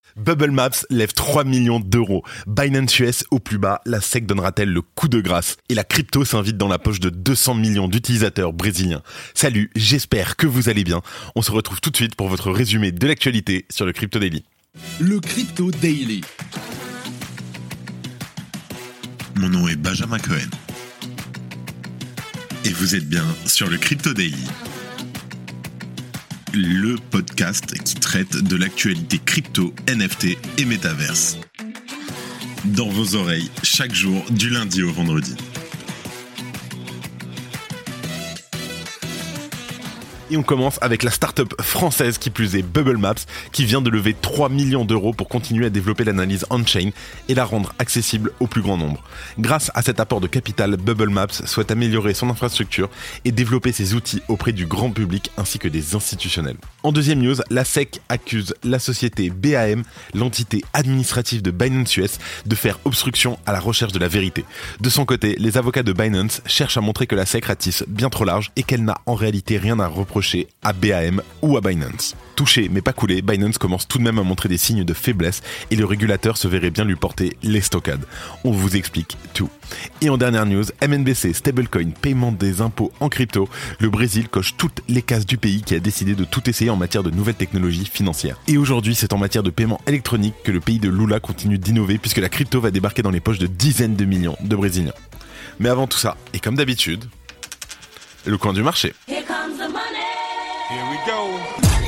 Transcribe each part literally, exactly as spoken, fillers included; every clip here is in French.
Bubble Maps lève trois millions d'euros. Binance U S au plus bas, la S E C donnera-t-elle le coup de grâce? Et la crypto s'invite dans la poche de deux cents millions d'utilisateurs brésiliens. Salut, j'espère que vous allez bien. On se retrouve tout de suite pour votre résumé de l'actualité sur le Crypto Daily. Le Crypto Daily. Mon nom est Benjamin Cohen. Et vous êtes bien sur le Crypto Daily. Le podcast qui traite de l'actualité crypto, N F T et métaverse. Dans vos oreilles, chaque jour, du lundi au vendredi. Et on commence avec la start-up française qui plus est Bubble Maps, qui vient de lever trois millions d'euros pour continuer à développer l'analyse on-chain et la rendre accessible au plus grand nombre. Grâce à cet apport de capital, Bubble Maps souhaite améliorer son infrastructure et développer ses outils auprès du grand public ainsi que des institutionnels. En deuxième news, la S E C accuse la société B A M, l'entité administrative de Binance U S, de faire obstruction à la recherche de la vérité. De son côté, les avocats de Binance cherchent à montrer que la S E C ratisse bien trop large et qu'elle n'a en réalité rien à reprocher à B A M ou à Binance. Touché mais pas coulé, Binance commence tout de même à montrer des signes de faiblesse et le régulateur se verrait bien lui porter l'estocade. On vous explique tout. Et en dernière news, M N B C, stablecoin, paiement des impôts en crypto, le Brésil coche toutes les cases du pays qui a décidé de tout essayer en matière de nouvelles technologies financières. Et aujourd'hui, c'est en matière de paiement électronique que le pays de Lula continue d'innover puisque la crypto va débarquer dans les poches de dizaines de millions de Brésiliens. Mais avant tout ça, et comme d'habitude, le coin du marché. Here comes the money. Here we go.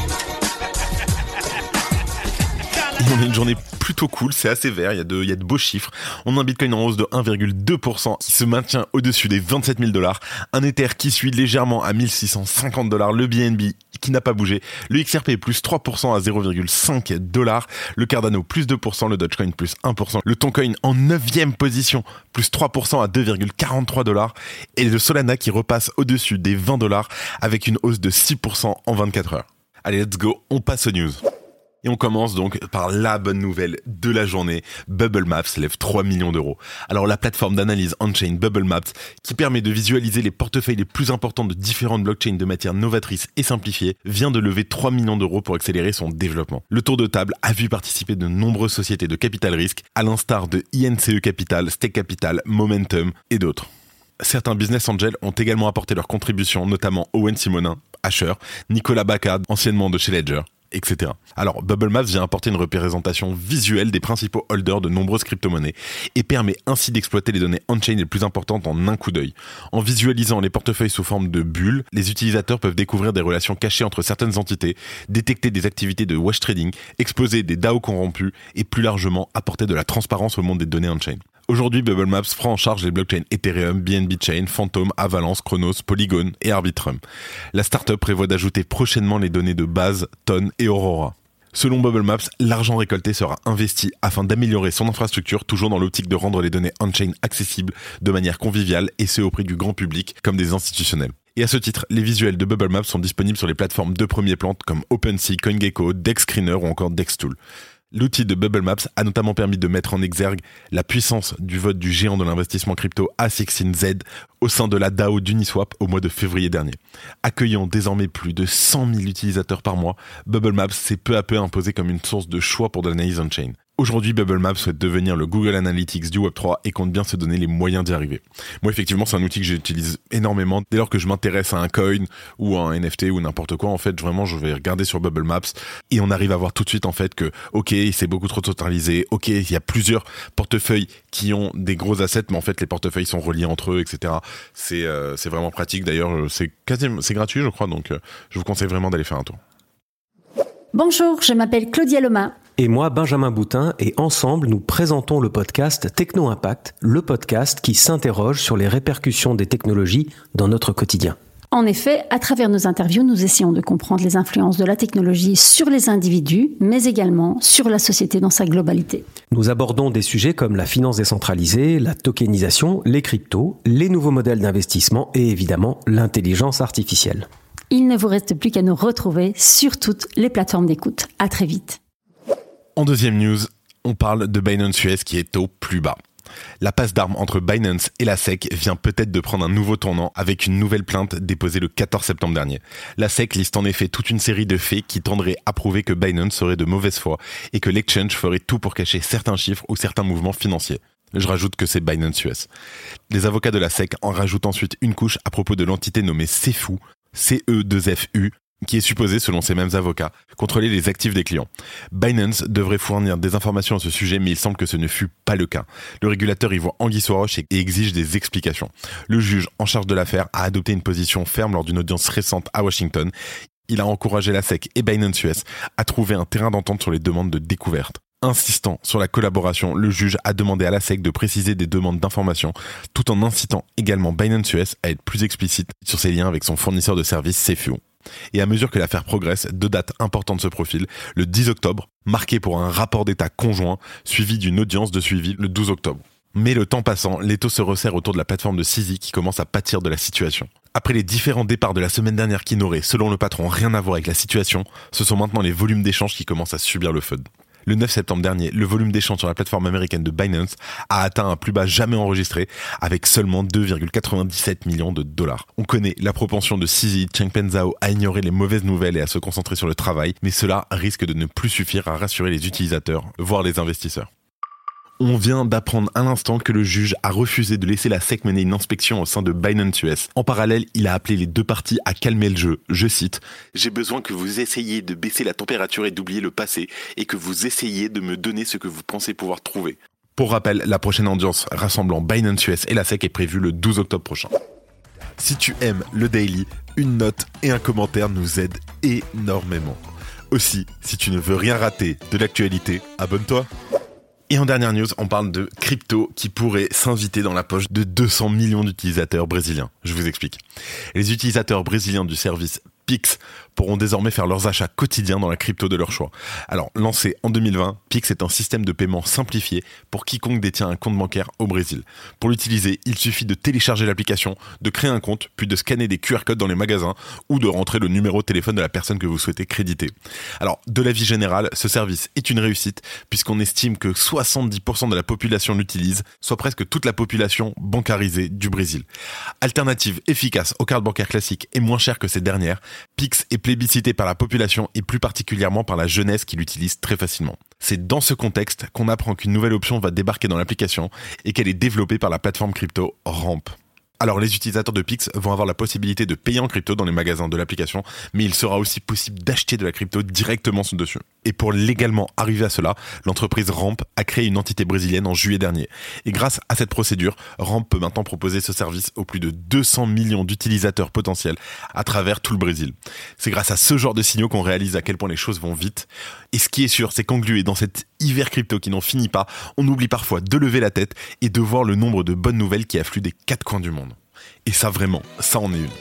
Et on a une journée plutôt cool, c'est assez vert, il y a de, il y a de beaux chiffres. On a un Bitcoin en hausse de un virgule deux pour cent qui se maintient au-dessus des vingt-sept mille dollars. Un Ether qui suit légèrement à mille six cent cinquante dollars. Le B N B qui n'a pas bougé. Le X R P plus trois pour cent à zéro virgule cinq dollars. Le Cardano plus deux pour cent. Le Dogecoin plus un pour cent. Le Toncoin en neuvième position plus trois pour cent à deux virgule quarante-trois dollars. Et le Solana qui repasse au-dessus des vingt dollars avec une hausse de six pour cent en vingt-quatre heures. Allez, let's go, on passe aux news. Et on commence donc par la bonne nouvelle de la journée. Bubble Maps lève trois millions d'euros. Alors la plateforme d'analyse on-chain Bubble Maps, qui permet de visualiser les portefeuilles les plus importants de différentes blockchains de manière novatrice et simplifiée, vient de lever trois millions d'euros pour accélérer son développement. Le tour de table a vu participer de nombreuses sociétés de capital risque, à l'instar de I N C E Capital, Stake Capital, Momentum et d'autres. Certains business angels ont également apporté leur contribution, notamment Owen Simonin, Asher, Nicolas Bacard, anciennement de chez Ledger, et cetera. Alors, Bubble Maps vient apporter une représentation visuelle des principaux holders de nombreuses crypto-monnaies et permet ainsi d'exploiter les données on-chain les plus importantes en un coup d'œil. En visualisant les portefeuilles sous forme de bulles, les utilisateurs peuvent découvrir des relations cachées entre certaines entités, détecter des activités de wash trading, exposer des D A O corrompus et plus largement apporter de la transparence au monde des données on-chain. Aujourd'hui, Bubble Maps prend en charge les blockchains Ethereum, B N B Chain, Phantom, Avalanche, Chronos, Polygon et Arbitrum. La startup prévoit d'ajouter prochainement les données de Base, Ton et Aurora. Selon Bubble Maps, l'argent récolté sera investi afin d'améliorer son infrastructure, toujours dans l'optique de rendre les données on-chain accessibles de manière conviviale et ce auprès du grand public comme des institutionnels. Et à ce titre, les visuels de Bubble Maps sont disponibles sur les plateformes de premier plan comme OpenSea, CoinGecko, DexScreener ou encore DexTool. L'outil de Bubble Maps a notamment permis de mettre en exergue la puissance du vote du géant de l'investissement crypto A seize Z au sein de la D A O d'Uniswap au mois de février dernier. Accueillant désormais plus de cent mille utilisateurs par mois, Bubble Maps s'est peu à peu imposé comme une source de choix pour de l'analyse on-chain. Aujourd'hui, Bubble Maps souhaite devenir le Google Analytics du web trois et compte bien se donner les moyens d'y arriver. Moi, effectivement, c'est un outil que j'utilise énormément. Dès lors que je m'intéresse à un coin ou à un N F T ou n'importe quoi, en fait, vraiment, je vais regarder sur Bubble Maps et on arrive à voir tout de suite, en fait, que, ok, c'est beaucoup trop centralisé, ok, il y a plusieurs portefeuilles qui ont des gros assets, mais en fait, les portefeuilles sont reliés entre eux, et cetera. C'est, euh, c'est vraiment pratique. D'ailleurs, c'est quasiment, c'est gratuit, je crois, donc euh, je vous conseille vraiment d'aller faire un tour. Bonjour, je m'appelle Claudia Loma. Et moi, Benjamin Boutin, et ensemble, nous présentons le podcast Techno Impact, le podcast qui s'interroge sur les répercussions des technologies dans notre quotidien. En effet, à travers nos interviews, nous essayons de comprendre les influences de la technologie sur les individus, mais également sur la société dans sa globalité. Nous abordons des sujets comme la finance décentralisée, la tokenisation, les cryptos, les nouveaux modèles d'investissement et évidemment l'intelligence artificielle. Il ne vous reste plus qu'à nous retrouver sur toutes les plateformes d'écoute. À très vite. En deuxième news, on parle de Binance U S qui est au plus bas. La passe d'armes entre Binance et la S E C vient peut-être de prendre un nouveau tournant avec une nouvelle plainte déposée le quatorze septembre dernier. La S E C liste en effet toute une série de faits qui tendraient à prouver que Binance serait de mauvaise foi et que l'exchange ferait tout pour cacher certains chiffres ou certains mouvements financiers. Je rajoute que c'est Binance U S. Les avocats de la S E C en rajoutent ensuite une couche à propos de l'entité nommée Cefu, C E deux F U, qui est supposé, selon ces mêmes avocats, contrôler les actifs des clients. Binance devrait fournir des informations à ce sujet, mais il semble que ce ne fut pas le cas. Le régulateur y voit anguille sous roche et exige des explications. Le juge en charge de l'affaire a adopté une position ferme lors d'une audience récente à Washington. Il a encouragé la S E C et Binance U S à trouver un terrain d'entente sur les demandes de découverte. Insistant sur la collaboration, le juge a demandé à la S E C de préciser des demandes d'informations, tout en incitant également Binance U S à être plus explicite sur ses liens avec son fournisseur de services Cefu. Et à mesure que l'affaire progresse, deux dates importantes se profilent. Le dix octobre, marqué pour un rapport d'état conjoint, suivi d'une audience de suivi le douze octobre. Mais le temps passant, l'étau se resserre autour de la plateforme de Sisi qui commence à pâtir de la situation. Après les différents départs de la semaine dernière qui n'auraient, selon le patron, rien à voir avec la situation, ce sont maintenant les volumes d'échanges qui commencent à subir le F U D. Le neuf septembre dernier, le volume d'échange sur la plateforme américaine de Binance a atteint un plus bas jamais enregistré avec seulement deux virgule quatre-vingt-dix-sept millions de dollars. On connaît la propension de Sisi Changpeng Zhao à ignorer les mauvaises nouvelles et à se concentrer sur le travail, mais cela risque de ne plus suffire à rassurer les utilisateurs, voire les investisseurs. On vient d'apprendre à l'instant que le juge a refusé de laisser la S E C mener une inspection au sein de Binance U S. En parallèle, il a appelé les deux parties à calmer le jeu. Je cite « J'ai besoin que vous essayiez de baisser la température et d'oublier le passé et que vous essayiez de me donner ce que vous pensez pouvoir trouver. » Pour rappel, la prochaine audience rassemblant Binance U S et la S E C est prévue le douze octobre prochain. Si tu aimes le Daily, une note et un commentaire nous aident énormément. Aussi, si tu ne veux rien rater de l'actualité, abonne-toi. Et en dernière news, on parle de crypto qui pourrait s'inviter dans la poche de deux cents millions d'utilisateurs brésiliens. Je vous explique. Les utilisateurs brésiliens du service Pix pourront désormais faire leurs achats quotidiens dans la crypto de leur choix. Alors, lancé en deux mille vingt, Pix est un système de paiement simplifié pour quiconque détient un compte bancaire au Brésil. Pour l'utiliser, il suffit de télécharger l'application, de créer un compte, puis de scanner des Q R codes dans les magasins ou de rentrer le numéro de téléphone de la personne que vous souhaitez créditer. Alors, de l'avis général, ce service est une réussite puisqu'on estime que soixante-dix pour cent de la population l'utilise, soit presque toute la population bancarisée du Brésil. Alternative efficace aux cartes bancaires classiques et moins chère que ces dernières, Pix est plébiscité par la population et plus particulièrement par la jeunesse qui l'utilise très facilement. C'est dans ce contexte qu'on apprend qu'une nouvelle option va débarquer dans l'application et qu'elle est développée par la plateforme crypto Ramp. Alors les utilisateurs de Pix vont avoir la possibilité de payer en crypto dans les magasins de l'application, mais il sera aussi possible d'acheter de la crypto directement dessus. Et pour légalement arriver à cela, l'entreprise Ramp a créé une entité brésilienne en juillet dernier. Et grâce à cette procédure, Ramp peut maintenant proposer ce service aux plus de deux cents millions d'utilisateurs potentiels à travers tout le Brésil. C'est grâce à ce genre de signaux qu'on réalise à quel point les choses vont vite. Et ce qui est sûr, c'est qu'englué dans cet hiver crypto qui n'en finit pas, on oublie parfois de lever la tête et de voir le nombre de bonnes nouvelles qui affluent des quatre coins du monde. Et ça vraiment, ça en est une.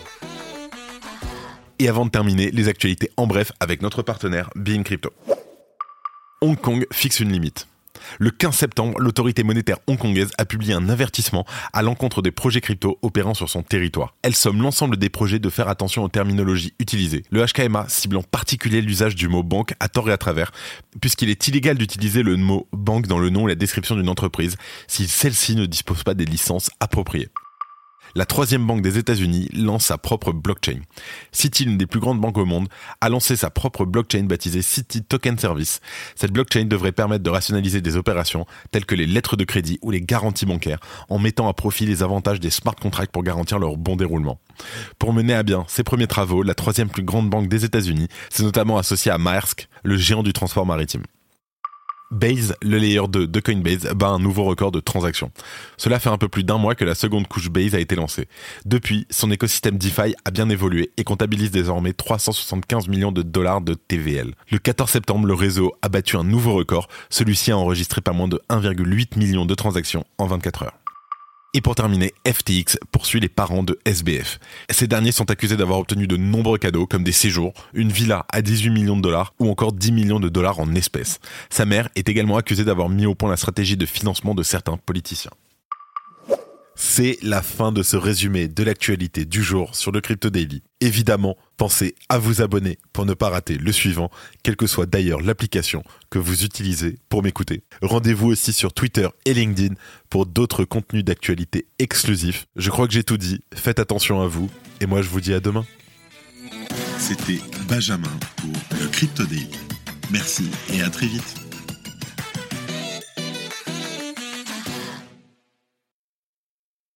Et avant de terminer, les actualités en bref avec notre partenaire Bein Crypto. Hong Kong fixe une limite. Le quinze septembre, l'autorité monétaire hongkongaise a publié un avertissement à l'encontre des projets crypto opérant sur son territoire. Elle somme l'ensemble des projets de faire attention aux terminologies utilisées. Le H K M A cible en particulier l'usage du mot banque à tort et à travers, puisqu'il est illégal d'utiliser le mot banque dans le nom et la description d'une entreprise si celle-ci ne dispose pas des licences appropriées. La troisième banque des États-Unis lance sa propre blockchain. Citi, l'une des plus grandes banques au monde, a lancé sa propre blockchain baptisée Citi Token Service. Cette blockchain devrait permettre de rationaliser des opérations telles que les lettres de crédit ou les garanties bancaires en mettant à profit les avantages des smart contracts pour garantir leur bon déroulement. Pour mener à bien ses premiers travaux, la troisième plus grande banque des États-Unis s'est notamment associée à Maersk, le géant du transport maritime. Base, le layer deux de Coinbase, bat un nouveau record de transactions. Cela fait un peu plus d'un mois que la seconde couche Base a été lancée. Depuis, son écosystème DeFi a bien évolué et comptabilise désormais trois cent soixante-quinze millions de dollars de T V L. Le quatorze septembre, le réseau a battu un nouveau record. Celui-ci a enregistré pas moins de un virgule huit million de transactions en vingt-quatre heures. Et pour terminer, F T X poursuit les parents de S B F. Ces derniers sont accusés d'avoir obtenu de nombreux cadeaux comme des séjours, une villa à dix-huit millions de dollars ou encore dix millions de dollars en espèces. Sa mère est également accusée d'avoir mis au point la stratégie de financement de certains politiciens. C'est la fin de ce résumé de l'actualité du jour sur le Crypto Daily. Évidemment, pensez à vous abonner pour ne pas rater le suivant, quelle que soit d'ailleurs l'application que vous utilisez pour m'écouter. Rendez-vous aussi sur Twitter et LinkedIn pour d'autres contenus d'actualité exclusifs. Je crois que j'ai tout dit, faites attention à vous, et moi je vous dis à demain. C'était Benjamin pour le Crypto Daily. Merci et à très vite.